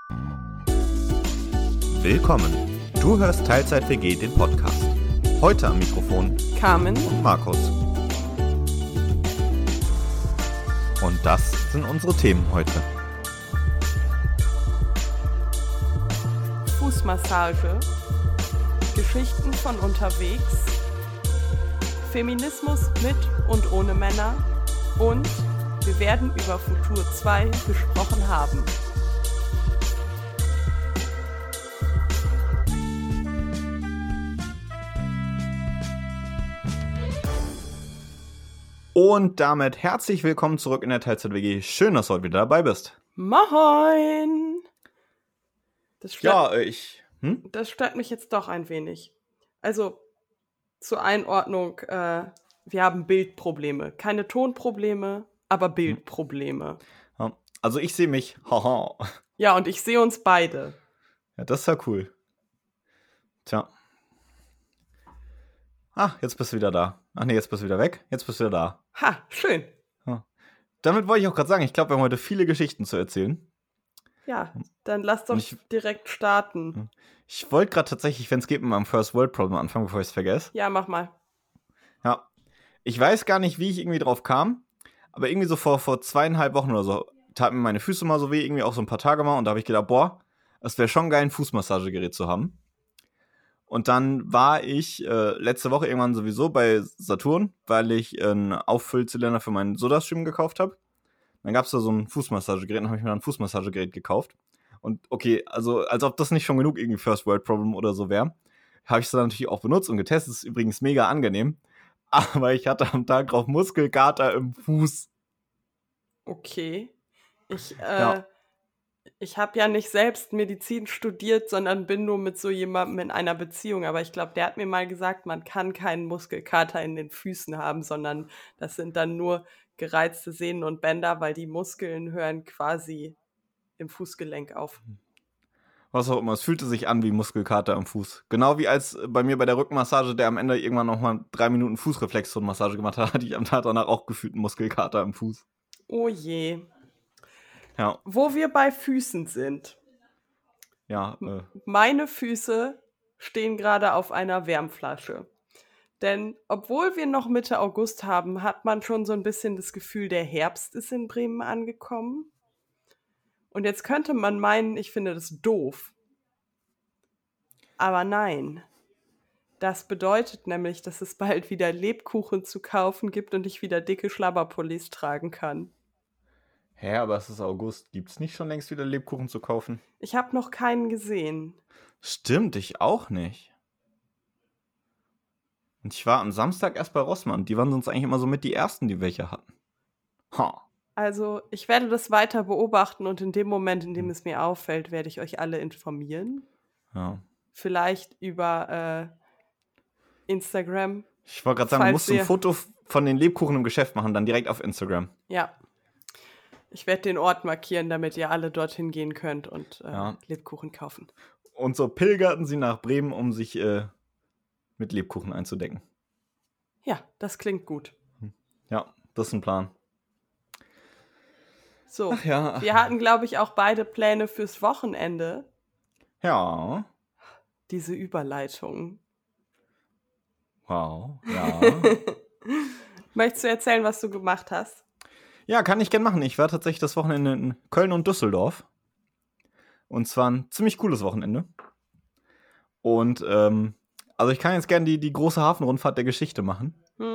Willkommen. Du hörst Teilzeit WG, den Podcast. Heute am Mikrofon Carmen und Markus. Und das sind unsere Themen heute. Fußmassage, Geschichten von unterwegs, Feminismus mit und ohne Männer und wir werden über Futur 2 gesprochen haben. Und damit herzlich willkommen zurück in der Teilzeit WG. Schön, dass du heute wieder dabei bist. Moin! Das stört mich jetzt doch ein wenig. Also, zur Einordnung, wir haben Bildprobleme. Keine Tonprobleme, aber Bildprobleme. Ja, also ich sehe mich. Haha. Ja, und ich sehe uns beide. Ja, das ist ja cool. Tja. Jetzt bist du wieder da. Ach nee, jetzt bist du wieder weg. Jetzt bist du wieder da. Ha, schön. Ja. Damit wollte ich auch gerade sagen, ich glaube, wir haben heute viele Geschichten zu erzählen. Ja, dann lass doch direkt starten. Ich wollte gerade tatsächlich, wenn es geht, mit meinem First World Problem anfangen, bevor ich es vergesse. Ja, mach mal. Ja. Ich weiß gar nicht, wie ich irgendwie drauf kam, aber irgendwie so vor 2,5 Wochen oder so taten mir meine Füße mal so weh, irgendwie auch so ein paar Tage mal, und da habe ich gedacht, boah, es wäre schon geil, ein Fußmassagegerät zu haben. Und dann war ich letzte Woche irgendwann sowieso bei Saturn, weil ich einen Auffüllzylinder für meinen Sodastream gekauft habe. Dann gab es da so ein Fußmassagegerät, dann habe ich mir dann ein Fußmassagegerät gekauft. Und okay, also als ob das nicht schon genug irgendwie First World Problem oder so wäre, habe ich es dann natürlich auch benutzt und getestet. Ist übrigens mega angenehm. Aber ich hatte am Tag drauf Muskelkater im Fuß. Okay. Ich habe ja nicht selbst Medizin studiert, sondern bin nur mit so jemandem in einer Beziehung. Aber ich glaube, der hat mir mal gesagt, man kann keinen Muskelkater in den Füßen haben, sondern das sind dann nur gereizte Sehnen und Bänder, weil die Muskeln hören quasi im Fußgelenk auf. Was auch immer, es fühlte sich an wie Muskelkater am Fuß. Genau wie als bei mir bei der Rückenmassage, der am Ende irgendwann nochmal 3 Minuten Fußreflexzonenmassage gemacht hat, hatte ich am Tag danach auch gefühlt einen Muskelkater am Fuß. Oh je. Ja. Wo wir bei Füßen sind. Ja. Meine Füße stehen gerade auf einer Wärmflasche. Denn obwohl wir noch Mitte August haben, hat man schon so ein bisschen das Gefühl, der Herbst ist in Bremen angekommen. Und jetzt könnte man meinen, ich finde das doof. Aber nein. Das bedeutet nämlich, dass es bald wieder Lebkuchen zu kaufen gibt und ich wieder dicke Schlabberpullis tragen kann. Hä, aber es ist August. Gibt's nicht schon längst wieder Lebkuchen zu kaufen? Ich habe noch keinen gesehen. Stimmt, ich auch nicht. Und ich war am Samstag erst bei Rossmann. Die waren sonst eigentlich immer so mit die Ersten, die welche hatten. Also, ich werde das weiter beobachten und in dem Moment, in dem es mir auffällt, werde ich euch alle informieren. Ja. Vielleicht über Instagram. Ich wollte gerade sagen, du musst ein Foto von den Lebkuchen im Geschäft machen, dann direkt auf Instagram. Ja. Ich werde den Ort markieren, damit ihr alle dorthin gehen könnt und Lebkuchen kaufen. Und so pilgerten sie nach Bremen, um sich mit Lebkuchen einzudecken. Ja, das klingt gut. Ja, das ist ein Plan. So, wir hatten, glaube ich, auch beide Pläne fürs Wochenende. Ja. Diese Überleitung. Wow, ja. Möchtest du erzählen, was du gemacht hast? Ja, kann ich gern machen. Ich war tatsächlich das Wochenende in Köln und Düsseldorf. Und zwar ein ziemlich cooles Wochenende. Und, also ich kann jetzt gern die große Hafenrundfahrt der Geschichte machen.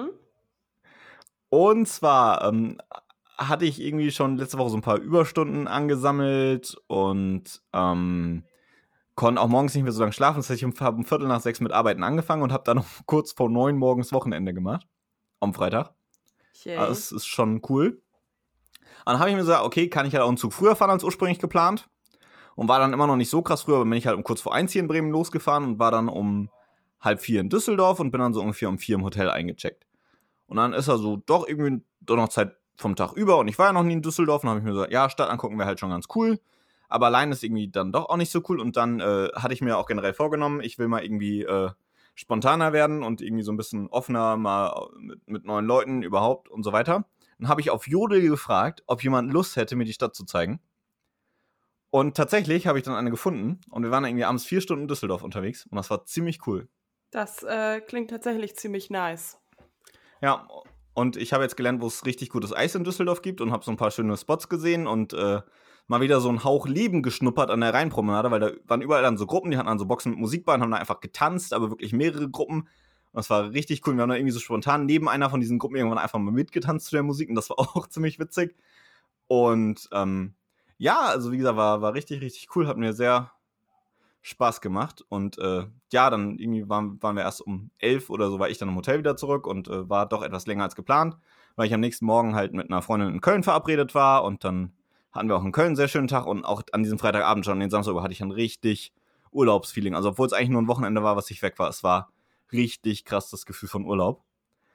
Und zwar hatte ich irgendwie schon letzte Woche so ein paar Überstunden angesammelt und konnte auch morgens nicht mehr so lange schlafen. Das heißt, ich habe um 5:45 mit Arbeiten angefangen und habe dann noch kurz vor 9 morgens Wochenende gemacht. Am Freitag. Okay. Also das ist schon cool. Und dann habe ich mir gesagt, okay, kann ich halt auch einen Zug früher fahren als ursprünglich geplant. Und war dann immer noch nicht so krass früher, aber bin ich halt um kurz vor 1 hier in Bremen losgefahren und war dann um 3:30 in Düsseldorf und bin dann so ungefähr um 4 im Hotel eingecheckt. Und dann ist also doch irgendwie doch noch Zeit vom Tag über und ich war ja noch nie in Düsseldorf und habe ich mir gesagt, ja, Stadt angucken wäre halt schon ganz cool. Aber allein ist irgendwie dann doch auch nicht so cool. Und dann hatte ich mir auch generell vorgenommen, ich will mal irgendwie spontaner werden und irgendwie so ein bisschen offener mal mit neuen Leuten überhaupt und so weiter. Dann habe ich auf Jodel gefragt, ob jemand Lust hätte, mir die Stadt zu zeigen. Und tatsächlich habe ich dann eine gefunden und wir waren irgendwie abends 4 Stunden in Düsseldorf unterwegs und das war ziemlich cool. Das klingt tatsächlich ziemlich nice. Ja, und ich habe jetzt gelernt, wo es richtig gutes Eis in Düsseldorf gibt und habe so ein paar schöne Spots gesehen und mal wieder so einen Hauch Leben geschnuppert an der Rheinpromenade, weil da waren überall dann so Gruppen, die hatten dann so Boxen mit Musik bei und haben da einfach getanzt, aber wirklich mehrere Gruppen. Und das war richtig cool. Wir haben da irgendwie so spontan neben einer von diesen Gruppen irgendwann einfach mal mitgetanzt zu der Musik und das war auch ziemlich witzig. Und ja, also wie gesagt, war richtig, richtig cool, hat mir sehr Spaß gemacht. Und ja, dann irgendwie waren wir erst um 11 oder so, war ich dann im Hotel wieder zurück und war doch etwas länger als geplant, weil ich am nächsten Morgen halt mit einer Freundin in Köln verabredet war und dann hatten wir auch in Köln einen sehr schönen Tag und auch an diesem Freitagabend schon, den Samstag über, hatte ich ein richtig Urlaubsfeeling. Also obwohl es eigentlich nur ein Wochenende war, was ich weg war, es war richtig krass das Gefühl von Urlaub.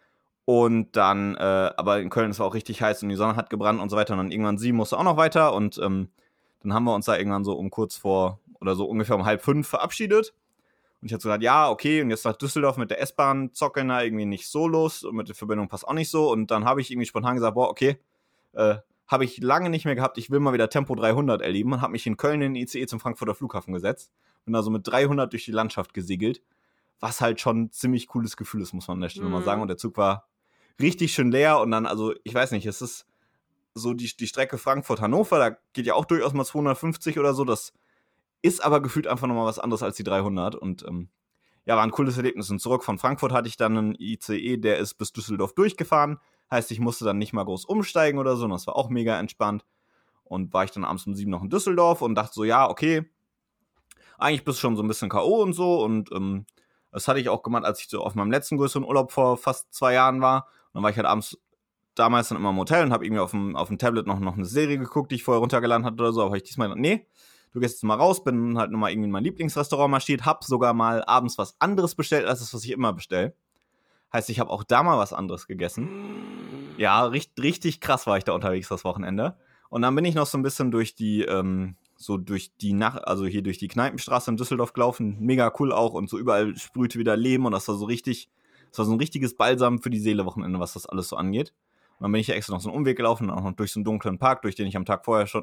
Und dann, aber in Köln ist es auch richtig heiß und die Sonne hat gebrannt und so weiter. Und dann irgendwann 7 musste auch noch weiter und dann haben wir uns da irgendwann so um kurz vor oder so ungefähr um 4:30 verabschiedet. Und ich hatte so gesagt, ja, okay, und jetzt nach Düsseldorf mit der S-Bahn zockeln da irgendwie nicht so los und mit der Verbindung passt auch nicht so. Und dann habe ich irgendwie spontan gesagt, boah, okay, habe ich lange nicht mehr gehabt, ich will mal wieder Tempo 300 erleben und habe mich in Köln in den ICE zum Frankfurter Flughafen gesetzt. Bin da so mit 300 durch die Landschaft gesegelt, was halt schon ein ziemlich cooles Gefühl ist, muss man an der Stelle mal sagen. Und der Zug war richtig schön leer und dann, also ich weiß nicht, es ist so die Strecke Frankfurt-Hannover, da geht ja auch durchaus mal 250 oder so, das ist aber gefühlt einfach nochmal was anderes als die 300 und ja, war ein cooles Erlebnis. Und zurück von Frankfurt hatte ich dann einen ICE, der ist bis Düsseldorf durchgefahren, heißt, ich musste dann nicht mal groß umsteigen oder so und das war auch mega entspannt und war ich dann abends um 7 noch in Düsseldorf und dachte so, ja, okay, eigentlich bist du schon so ein bisschen K.O. und so und das hatte ich auch gemacht, als ich so auf meinem letzten größeren Urlaub vor fast 2 Jahren war. Und dann war ich halt abends damals dann immer im Hotel und habe irgendwie auf dem Tablet noch eine Serie geguckt, die ich vorher runtergeladen hatte oder so. Aber ich diesmal gedacht, nee, du gehst jetzt mal raus, bin halt nochmal irgendwie in mein Lieblingsrestaurant marschiert, hab sogar mal abends was anderes bestellt, als das, was ich immer bestelle. Heißt, ich habe auch da mal was anderes gegessen. Ja, richtig krass war ich da unterwegs das Wochenende. Und dann bin ich noch so ein bisschen durch die also hier durch die Kneipenstraße in Düsseldorf gelaufen. Mega cool auch und so überall sprühte wieder Leben und das war so ein richtiges Balsam für die Seele Wochenende, was das alles so angeht. Und dann bin ich ja extra noch so einen Umweg gelaufen, auch noch durch so einen dunklen Park, durch den ich am Tag vorher schon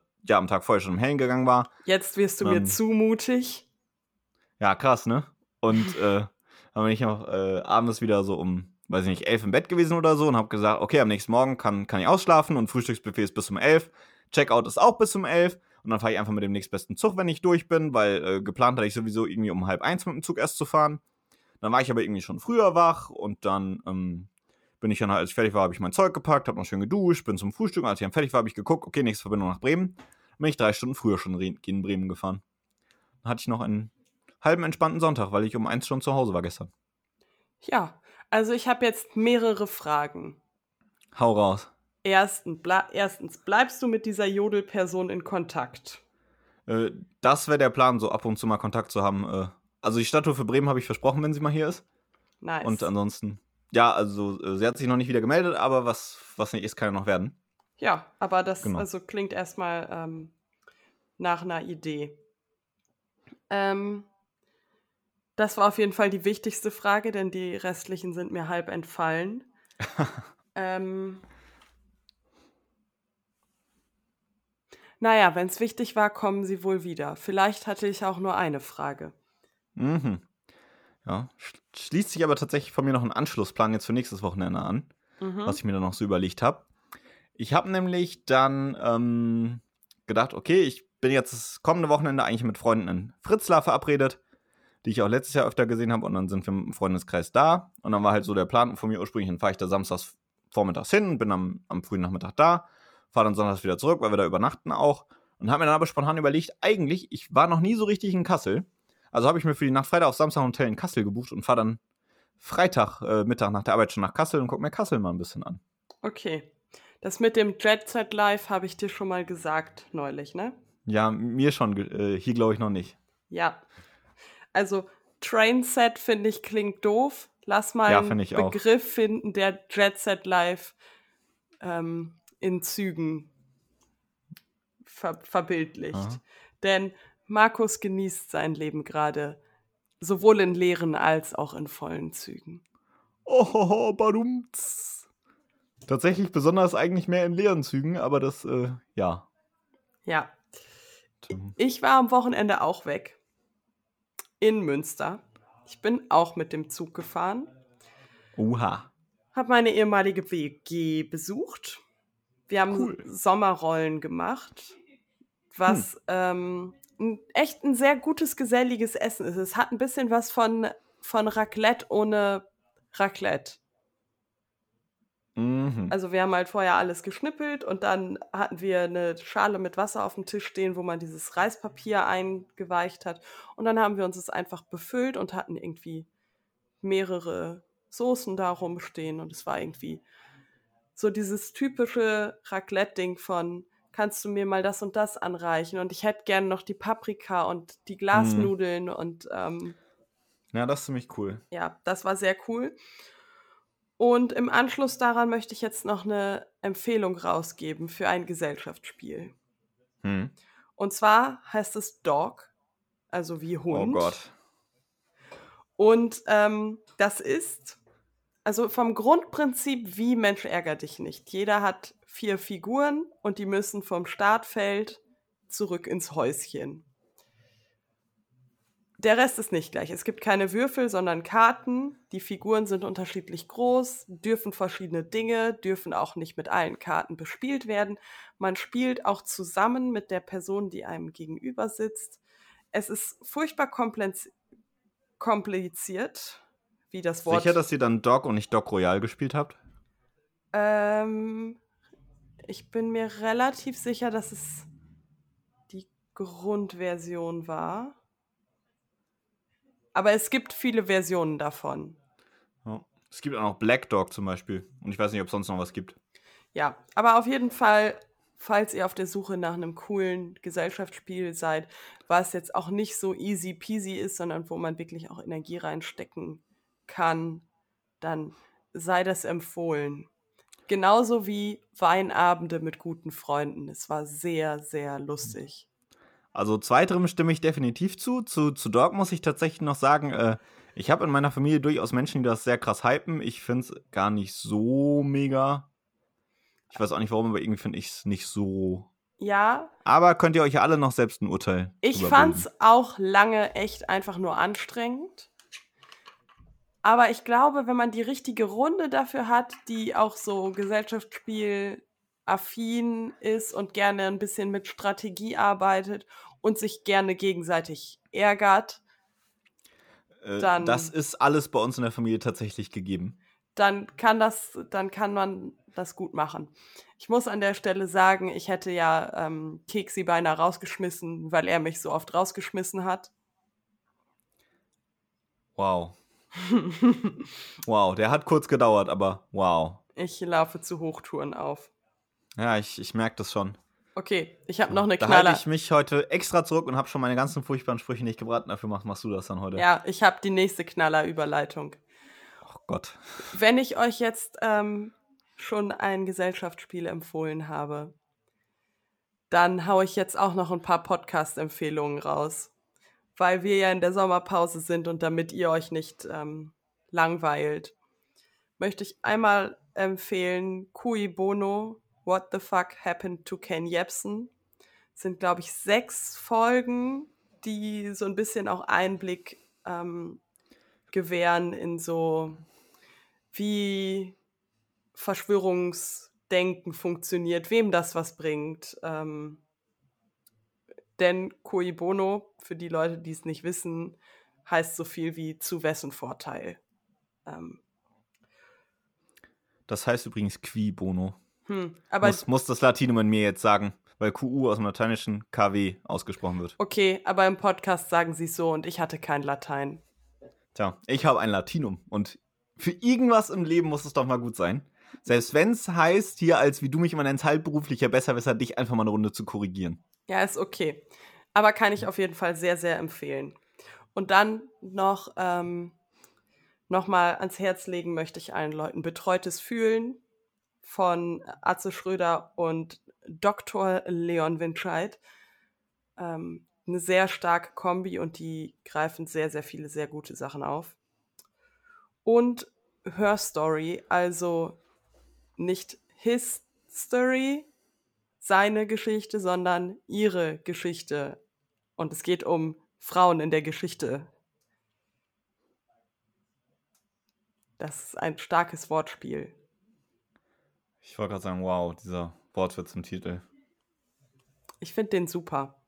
im Hellen gegangen war. Jetzt wirst du mir zu mutig. Ja, krass, ne? Und dann bin ich noch abends wieder so um, weiß ich nicht, 11 im Bett gewesen oder so und habe gesagt, okay, am nächsten Morgen kann ich ausschlafen und Frühstücksbuffet ist bis um 11. Checkout ist auch bis um 11. Und dann fahre ich einfach mit dem nächstbesten Zug, wenn ich durch bin, weil geplant hatte ich sowieso irgendwie um 12:30 mit dem Zug erst zu fahren. Dann war ich aber irgendwie schon früher wach und dann bin ich dann halt, als ich fertig war, habe ich mein Zeug gepackt, habe noch schön geduscht, bin zum Frühstück. Als ich dann fertig war, habe ich geguckt, okay, nächste Verbindung nach Bremen. Dann bin ich 3 Stunden früher schon in Bremen gefahren. Dann hatte ich noch einen halben entspannten Sonntag, weil ich um 1 schon zu Hause war gestern. Ja, also ich habe jetzt mehrere Fragen. Hau raus. Erstens, bleibst du mit dieser Jodelperson in Kontakt? Das wäre der Plan, so ab und zu mal Kontakt zu haben. Also die Stadttour für Bremen habe ich versprochen, wenn sie mal hier ist. Nice. Und ansonsten, ja, also sie hat sich noch nicht wieder gemeldet, aber was nicht ist, kann ja noch werden. Ja, aber das Genau. also klingt erstmal nach einer Idee. Das war auf jeden Fall die wichtigste Frage, denn die restlichen sind mir halb entfallen. Naja, wenn es wichtig war, kommen sie wohl wieder. Vielleicht hatte ich auch nur eine Frage. Mhm. Ja, schließt sich aber tatsächlich von mir noch ein Anschlussplan jetzt für nächstes Wochenende an, was ich mir dann noch so überlegt habe. Ich habe nämlich dann gedacht, okay, ich bin jetzt das kommende Wochenende eigentlich mit Freunden in Fritzlar verabredet, die ich auch letztes Jahr öfter gesehen habe und dann sind wir mit dem Freundeskreis da und dann war halt so der Plan von mir ursprünglich, dann fahre ich da samstags vormittags hin und bin am frühen Nachmittag da, fahre dann sonntags wieder zurück, weil wir da übernachten auch und habe mir dann aber spontan überlegt, eigentlich, ich war noch nie so richtig in Kassel, also habe ich mir für die Nacht Freitag auf Samstag ein Hotel in Kassel gebucht und fahre dann Freitag Mittag nach der Arbeit schon nach Kassel und gucke mir Kassel mal ein bisschen an. Okay. Das mit dem Jet Set Live habe ich dir schon mal gesagt neulich, ne? Ja, mir schon, hier glaube ich noch nicht. Ja. Also Train Set finde ich klingt doof. Lass mal Ja, einen Begriff finden, der Jet Set Live in Zügen verbildlicht. Aha. Denn Markus genießt sein Leben gerade, sowohl in leeren als auch in vollen Zügen. Oh, badumts. Tatsächlich besonders eigentlich mehr in leeren Zügen, aber das, ja. Ja. Ich war am Wochenende auch weg. In Münster. Ich bin auch mit dem Zug gefahren. Oha. Habe meine ehemalige WG besucht. Wir haben Cool. Sommerrollen gemacht, was echt ein sehr gutes, geselliges Essen ist. Es hat ein bisschen was von Raclette ohne Raclette. Mhm. Also wir haben halt vorher alles geschnippelt und dann hatten wir eine Schale mit Wasser auf dem Tisch stehen, wo man dieses Reispapier eingeweicht hat. Und dann haben wir uns es einfach befüllt und hatten irgendwie mehrere Soßen da rumstehen. Und es war irgendwie so dieses typische Raclette-Ding von, kannst du mir mal das und das anreichen? Und ich hätte gerne noch die Paprika und die Glasnudeln. Und Ja, das ist ziemlich cool. ja, das war sehr cool. Und im Anschluss daran möchte ich jetzt noch eine Empfehlung rausgeben für ein Gesellschaftsspiel. Hm. Und zwar heißt es Dog, also wie Hund. Oh Gott. Und das ist, also vom Grundprinzip wie Mensch ärger dich nicht. Jeder hat 4 Figuren und die müssen vom Startfeld zurück ins Häuschen. Der Rest ist nicht gleich. Es gibt keine Würfel, sondern Karten. Die Figuren sind unterschiedlich groß, dürfen verschiedene Dinge, dürfen auch nicht mit allen Karten bespielt werden. Man spielt auch zusammen mit der Person, die einem gegenüber sitzt. Es ist furchtbar kompliziert, wie das Wort. Sicher, dass ihr dann Dog und nicht Dog Royal gespielt habt? Ich bin mir relativ sicher, dass es die Grundversion war. Aber es gibt viele Versionen davon. Ja. Es gibt auch noch Black Dog zum Beispiel. Und ich weiß nicht, ob es sonst noch was gibt. Ja, aber auf jeden Fall, falls ihr auf der Suche nach einem coolen Gesellschaftsspiel seid, was jetzt auch nicht so easy peasy ist, sondern wo man wirklich auch Energie reinstecken kann, dann sei das empfohlen. Genauso wie Weinabende mit guten Freunden. Es war sehr, sehr lustig. Also zweiterem stimme ich definitiv zu. Zu Dog muss ich tatsächlich noch sagen, ich habe in meiner Familie durchaus Menschen, die das sehr krass hypen. Ich finde es gar nicht so mega. Ich weiß auch nicht warum, aber irgendwie finde ich es nicht so. Ja, Aber könnt ihr euch ja alle noch selbst ein Urteil ich drüber fand's bilden. auch lange echt einfach nur anstrengend. Aber ich glaube, wenn man die richtige Runde dafür hat, die auch so gesellschaftsspiel-affin ist und gerne ein bisschen mit Strategie arbeitet und sich gerne gegenseitig ärgert, dann, Das ist alles bei uns in der Familie tatsächlich gegeben. dann kann man das gut machen. Ich muss an der Stelle sagen, ich hätte ja Keksi beinahe rausgeschmissen, weil er mich so oft rausgeschmissen hat. Wow. Wow, der hat kurz gedauert, aber wow. Ich laufe zu Hochtouren auf. Ja, ich merke das schon. Okay, ich habe noch eine Da halte Knaller. ich mich heute extra zurück und habe schon meine ganzen furchtbaren Sprüche nicht gebraten. Dafür machst du das dann heute. Ja, ich habe die nächste Knallerüberleitung. Oh Gott. Wenn ich euch jetzt schon ein Gesellschaftsspiel empfohlen habe, dann haue ich jetzt auch noch ein paar Podcast-Empfehlungen raus. Weil wir ja in der Sommerpause sind und damit ihr euch nicht langweilt, möchte ich einmal empfehlen Cui Bono, What the Fuck Happened to Ken Jebsen. Sind, glaube ich, 6 Folgen, die so ein bisschen auch Einblick gewähren in so, wie Verschwörungsdenken funktioniert, wem das was bringt. Denn Cui Bono, für die Leute, die es nicht wissen, heißt so viel wie zu wessen Vorteil. Das heißt übrigens Qui Bono. Aber Muss das Latinum in mir jetzt sagen, weil QU aus dem Lateinischen KW ausgesprochen wird. okay, aber im Podcast sagen sie es so und ich hatte kein Latein. Tja, ich habe ein Latinum und für irgendwas im Leben muss es doch mal gut sein. Selbst wenn es heißt, hier als wie du mich immer nennst, halbberuflicher Besserwisser, dich einfach mal eine Runde zu korrigieren. Ja, ist okay. Aber kann ich auf jeden Fall sehr, sehr empfehlen. Und dann noch mal ans Herz legen möchte ich allen Leuten Betreutes Fühlen von Atze Schröder und Dr. Leon Winscheid. Eine sehr starke Kombi und die greifen sehr, sehr viele sehr gute Sachen auf. Und Her Story, also nicht His Story, seine Geschichte, sondern ihre Geschichte. Und es geht um Frauen in der Geschichte. Das ist ein starkes Wortspiel. Ich wollte gerade sagen, wow, dieser Wortwitz zum Titel. Ich finde den super.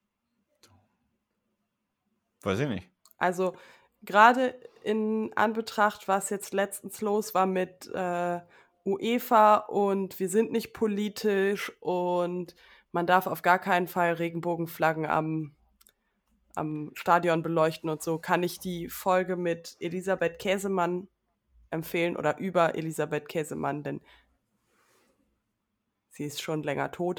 Weiß ich nicht. Also gerade in Anbetracht, was jetzt letztens los war mit UEFA und wir sind nicht politisch und man darf auf gar keinen Fall Regenbogenflaggen am Stadion beleuchten und so, kann ich die Folge mit Elisabeth Käsemann empfehlen oder über Elisabeth Käsemann, denn sie ist schon länger tot.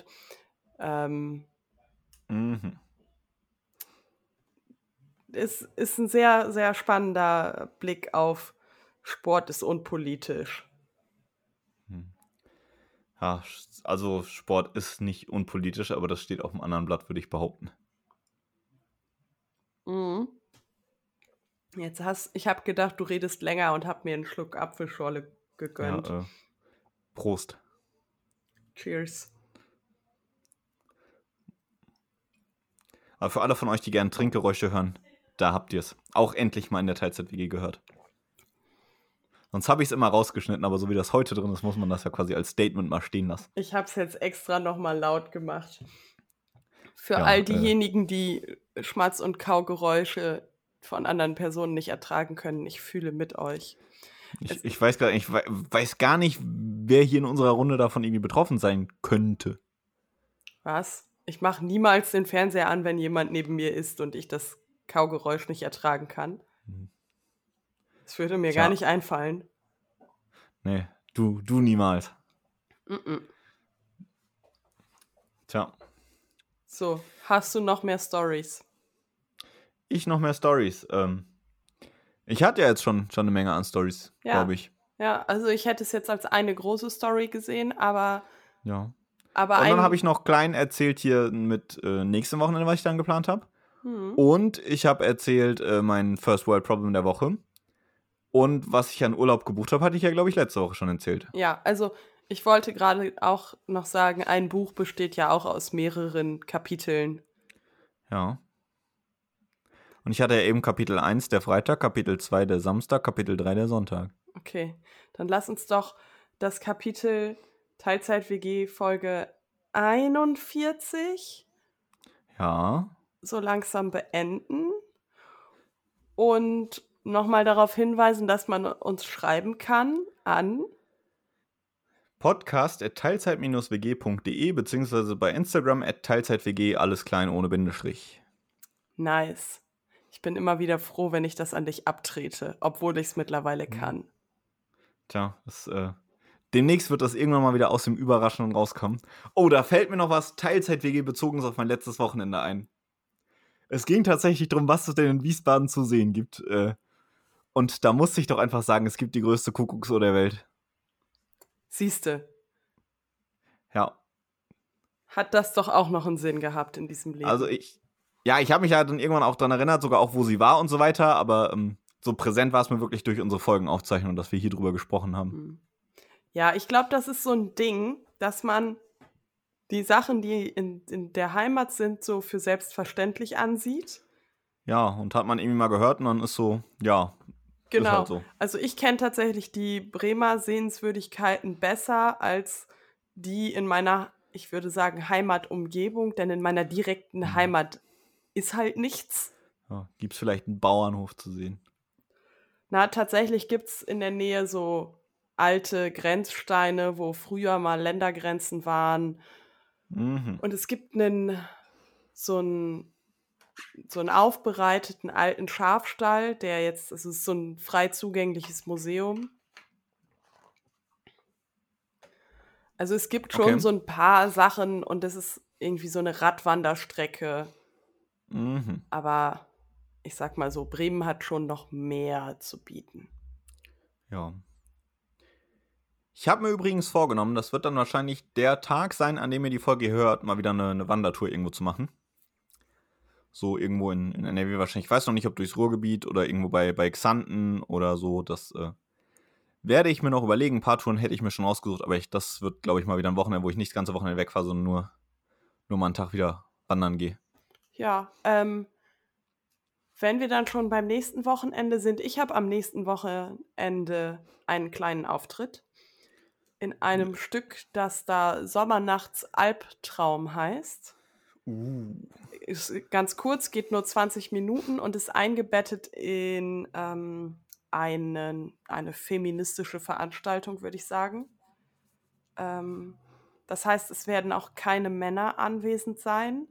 Es ist ein sehr, sehr spannender Blick auf Sport ist unpolitisch. Ja, also Sport ist nicht unpolitisch, aber das steht auf einem anderen Blatt, würde ich behaupten. Mhm. Ich habe gedacht, du redest länger und habe mir einen Schluck Apfelschorle gegönnt. Ja, Prost. Cheers. Aber für alle von euch, die gerne Trinkgeräusche hören, da habt ihr es. Auch endlich mal in der Teilzeit-WG gehört. Sonst habe ich es immer rausgeschnitten, aber so wie das heute drin ist, muss man das ja quasi als Statement mal stehen lassen. Ich habe es jetzt extra nochmal laut gemacht. Für Ja, all diejenigen, die Schmatz- und Kaugeräusche von anderen Personen nicht ertragen können, ich fühle mit euch. Ich weiß gar nicht, wer hier in unserer Runde davon irgendwie betroffen sein könnte. Was? Ich mache niemals den Fernseher an, wenn jemand neben mir ist und ich das Kaugeräusch nicht ertragen kann. Das würde mir gar nicht einfallen. Nee, du niemals. Tja. So, hast du noch mehr Storys? Ich noch mehr Storys. Ich hatte ja jetzt schon eine Menge an Storys, glaube ich. Ja, also ich hätte es jetzt als eine große Story gesehen, aber... Ja. Aber und dann habe ich noch klein erzählt hier mit nächstem Wochenende, was ich dann geplant habe. Und ich habe erzählt mein First World Problem der Woche. Und was ich an Urlaub gebucht habe, hatte ich ja, glaube ich, letzte Woche schon erzählt. Ja, also ich wollte gerade auch noch sagen, ein Buch besteht ja auch aus mehreren Kapiteln. Ja. Und ich hatte ja eben Kapitel 1 der Freitag, Kapitel 2 der Samstag, Kapitel 3 der Sonntag. Okay, dann lass uns doch das Kapitel Teilzeit-WG Folge 41 so langsam beenden und nochmal darauf hinweisen, dass man uns schreiben kann an podcast@teilzeit-wg.de beziehungsweise bei Instagram @teilzeitwg, alles klein ohne Bindestrich. Nice. Ich bin immer wieder froh, wenn ich das an dich abtrete, obwohl ich es mittlerweile kann. Tja, demnächst wird das irgendwann mal wieder aus dem Überraschenden rauskommen. Oh, da fällt mir noch was Teilzeit-WG bezogenes auf mein letztes Wochenende ein. Es ging tatsächlich darum, was es denn in Wiesbaden zu sehen gibt. Und da musste ich doch einfach sagen, es gibt die größte Kuckucksuhr der Welt. Siehste. Ja. Hat das doch auch noch einen Sinn gehabt in diesem Leben. Also ich habe mich ja dann irgendwann auch daran erinnert, sogar auch, wo sie war und so weiter, aber so präsent war es mir wirklich durch unsere Folgenaufzeichnung, dass wir hier drüber gesprochen haben. Ja, ich glaube, das ist so ein Ding, dass man die Sachen, die in der Heimat sind, so für selbstverständlich ansieht. Ja, und hat man irgendwie mal gehört und dann ist so, ja, genau. Ist halt so. Also ich kenne tatsächlich die Bremer Sehenswürdigkeiten besser als die in meiner, ich würde sagen, Heimatumgebung, denn in meiner direkten Heimat ist halt nichts. Ja, gibt's vielleicht einen Bauernhof zu sehen? Na, tatsächlich gibt's in der Nähe so alte Grenzsteine, wo früher mal Ländergrenzen waren. Und es gibt so einen aufbereiteten alten Schafstall, das ist so ein frei zugängliches Museum. Also es gibt schon so ein paar Sachen und das ist irgendwie so eine Radwanderstrecke. Aber ich sag mal so, Bremen hat schon noch mehr zu bieten. Ja. Ich habe mir übrigens vorgenommen, das wird dann wahrscheinlich der Tag sein, an dem ihr die Folge hört, mal wieder eine Wandertour irgendwo zu machen. So irgendwo in NRW wahrscheinlich. Ich weiß noch nicht, ob durchs Ruhrgebiet oder irgendwo bei Xanten oder so. Das werde ich mir noch überlegen. Ein paar Touren hätte ich mir schon ausgesucht, aber das wird, glaube ich, mal wieder ein Wochenende, wo ich nicht das ganze Wochenende wegfahre, sondern nur mal einen Tag wieder wandern gehe. Ja, wenn wir dann schon beim nächsten Wochenende sind, ich habe am nächsten Wochenende einen kleinen Auftritt in einem Stück, das da Sommernachts Albtraum heißt. Ist ganz kurz, geht nur 20 Minuten und ist eingebettet in eine feministische Veranstaltung, würde ich sagen. Das heißt, es werden auch keine Männer anwesend sein.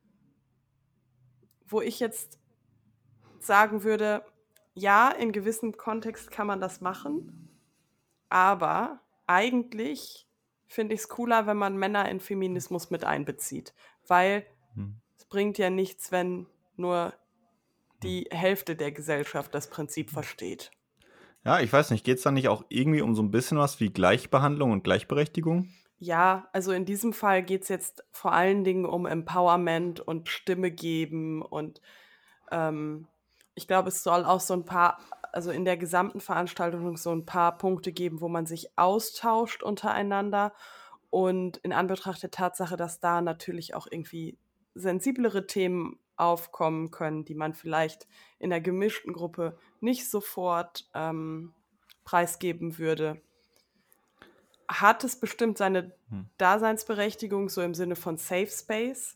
Wo ich jetzt sagen würde, ja, in gewissem Kontext kann man das machen, aber eigentlich finde ich es cooler, wenn man Männer in Feminismus mit einbezieht, weil es bringt ja nichts, wenn nur die Hälfte der Gesellschaft das Prinzip versteht. Ja, ich weiß nicht, geht es da nicht auch irgendwie um so ein bisschen was wie Gleichbehandlung und Gleichberechtigung? Ja, also in diesem Fall geht es jetzt vor allen Dingen um Empowerment und Stimme geben und ich glaube, es soll auch so ein paar, also in der gesamten Veranstaltung so ein paar Punkte geben, wo man sich austauscht untereinander und in Anbetracht der Tatsache, dass da natürlich auch irgendwie sensiblere Themen aufkommen können, die man vielleicht in der gemischten Gruppe nicht sofort preisgeben würde, hat es bestimmt seine Daseinsberechtigung, so im Sinne von Safe Space.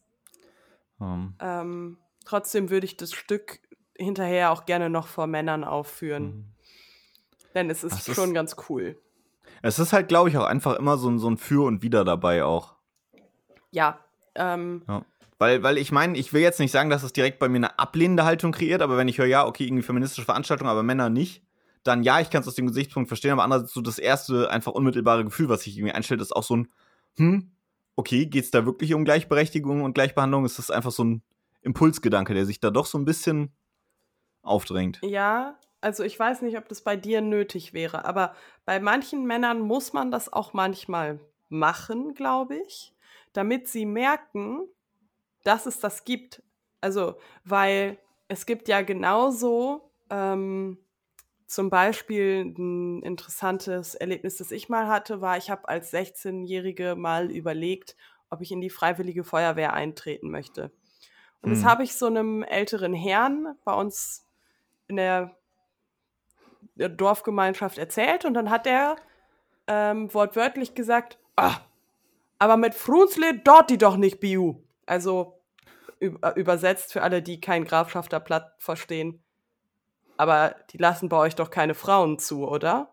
Trotzdem würde ich das Stück hinterher auch gerne noch vor Männern aufführen. Denn es ist schon ganz cool. Es ist halt, glaube ich, auch einfach immer so ein Für und Wider dabei auch. Ja. Ja. Weil ich meine, ich will jetzt nicht sagen, dass es direkt bei mir eine ablehnende Haltung kreiert, aber wenn ich höre, ja, okay, irgendwie feministische Veranstaltung, aber Männer nicht, dann ja, ich kann es aus dem Gesichtspunkt verstehen, aber andererseits so das erste einfach unmittelbare Gefühl, was sich irgendwie einstellt, ist auch so ein, okay, geht's da wirklich um Gleichberechtigung und Gleichbehandlung? Ist das einfach so ein Impulsgedanke, der sich da doch so ein bisschen aufdrängt? Ja, also ich weiß nicht, ob das bei dir nötig wäre, aber bei manchen Männern muss man das auch manchmal machen, glaube ich, damit sie merken, dass es das gibt. Also, weil es gibt ja genauso zum Beispiel ein interessantes Erlebnis, das ich mal hatte, war, ich habe als 16-Jährige mal überlegt, ob ich in die Freiwillige Feuerwehr eintreten möchte. Und das habe ich so einem älteren Herrn bei uns in der Dorfgemeinschaft erzählt und dann hat er wortwörtlich gesagt, aber mit Frunzle dort die doch nicht Biu. Also übersetzt für alle, die kein Grafschafter Platt verstehen. Aber die lassen bei euch doch keine Frauen zu, oder?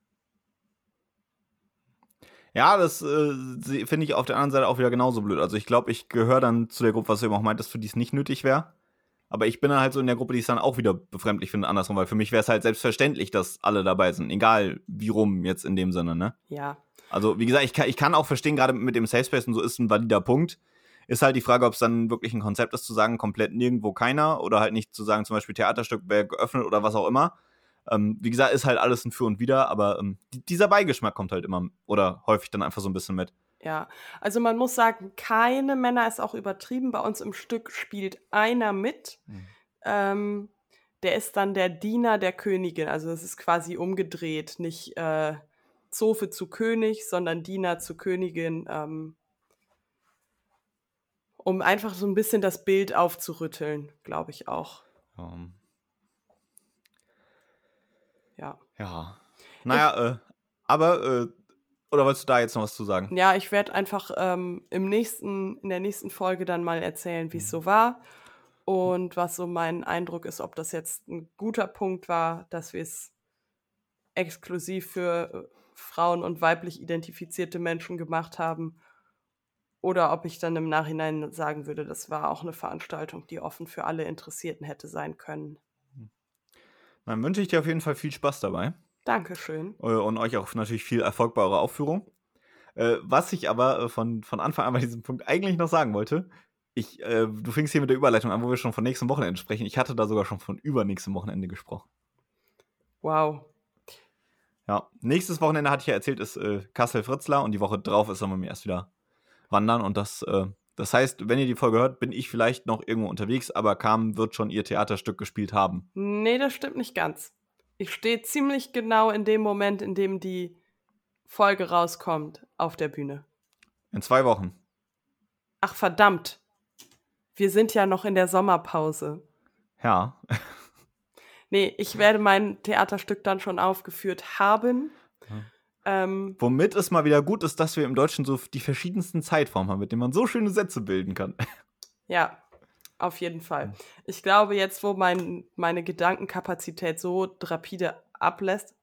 Ja, das finde ich auf der anderen Seite auch wieder genauso blöd. Also ich glaube, ich gehöre dann zu der Gruppe, was du eben auch meintest, für die es nicht nötig wäre. Aber ich bin dann halt so in der Gruppe, die es dann auch wieder befremdlich finde, andersrum, weil für mich wäre es halt selbstverständlich, dass alle dabei sind. Egal wie rum jetzt in dem Sinne, ne? Ja. Also, wie gesagt, ich kann auch verstehen, gerade mit dem Safe Space und so ist ein valider Punkt. Ist halt die Frage, ob es dann wirklich ein Konzept ist, zu sagen, komplett nirgendwo keiner oder halt nicht zu sagen, zum Beispiel Theaterstück wäre geöffnet oder was auch immer. Wie gesagt, ist halt alles ein Für und Wider, aber dieser Beigeschmack kommt halt immer oder häufig dann einfach so ein bisschen mit. Ja, also man muss sagen, keine Männer ist auch übertrieben. Bei uns im Stück spielt einer mit. Der ist dann der Diener der Königin. Also es ist quasi umgedreht. Nicht Zofe zu König, sondern Diener zu Königin. Um einfach so ein bisschen das Bild aufzurütteln, glaube ich auch. Ja. Ja. Naja, aber oder wolltest du da jetzt noch was zu sagen? Ja, ich werde einfach in der nächsten Folge dann mal erzählen, wie es so war und was so mein Eindruck ist, ob das jetzt ein guter Punkt war, dass wir es exklusiv für Frauen und weiblich identifizierte Menschen gemacht haben oder ob ich dann im Nachhinein sagen würde, das war auch eine Veranstaltung, die offen für alle Interessierten hätte sein können. Dann wünsche ich dir auf jeden Fall viel Spaß dabei. Dankeschön. Und euch auch natürlich viel Erfolg bei eurer Aufführung. Was ich aber von Anfang an bei diesem Punkt eigentlich noch sagen wollte, du fingst hier mit der Überleitung an, wo wir schon von nächstem Wochenende sprechen. Ich hatte da sogar schon von übernächstem Wochenende gesprochen. Wow. Ja, nächstes Wochenende, hatte ich ja erzählt, ist Kassel-Fritzlar und die Woche drauf ist dann bei mir erst wieder Wandern. Und das heißt, wenn ihr die Folge hört, bin ich vielleicht noch irgendwo unterwegs, aber Carmen wird schon ihr Theaterstück gespielt haben. Nee, das stimmt nicht ganz. Ich stehe ziemlich genau in dem Moment, in dem die Folge rauskommt, auf der Bühne. In 2 Wochen. Ach verdammt, wir sind ja noch in der Sommerpause. Ja. Nee, ich werde mein Theaterstück dann schon aufgeführt haben. Womit es mal wieder gut ist, dass wir im Deutschen so die verschiedensten Zeitformen haben, mit denen man so schöne Sätze bilden kann. Ja, auf jeden Fall. Ich glaube, jetzt, wo meine Gedankenkapazität so rapide ablässt.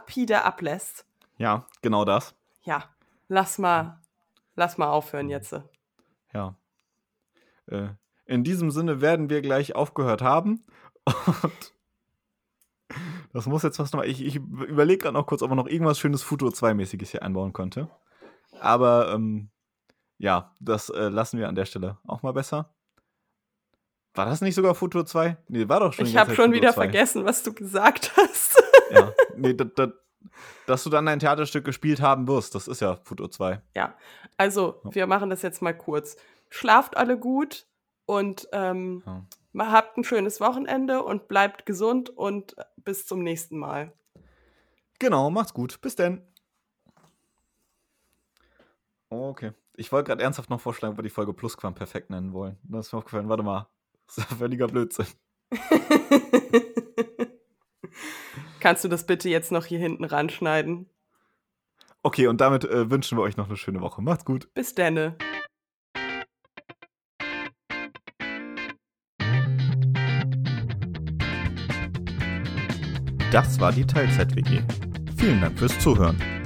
Ja, genau das. Ja, lass mal aufhören jetzt. Ja. In diesem Sinne werden wir gleich aufgehört haben. Und das muss jetzt fast noch. Ich überlege gerade noch kurz, ob man noch irgendwas schönes Futur 2-mäßiges hier einbauen könnte. Aber ja, das lassen wir an der Stelle auch mal besser. War das nicht sogar Futur 2? Nee, war doch schon. Ich habe schon wieder vergessen, was du gesagt hast. Ja, nee, dass du dann dein Theaterstück gespielt haben wirst, das ist ja Futur 2. Ja, also wir machen das jetzt mal kurz. Schlaft alle gut und habt ein schönes Wochenende und bleibt gesund und bis zum nächsten Mal. Genau, macht's gut. Bis denn. Okay. Ich wollte gerade ernsthaft noch vorschlagen, ob wir die Folge Plusquamperfekt nennen wollen. Das ist mir aufgefallen. Warte mal. Das ist ja völliger Blödsinn. Kannst du das bitte jetzt noch hier hinten ranschneiden? Okay, und damit wünschen wir euch noch eine schöne Woche. Macht's gut. Bis denne. Das war die Teilzeit-WG. Vielen Dank fürs Zuhören.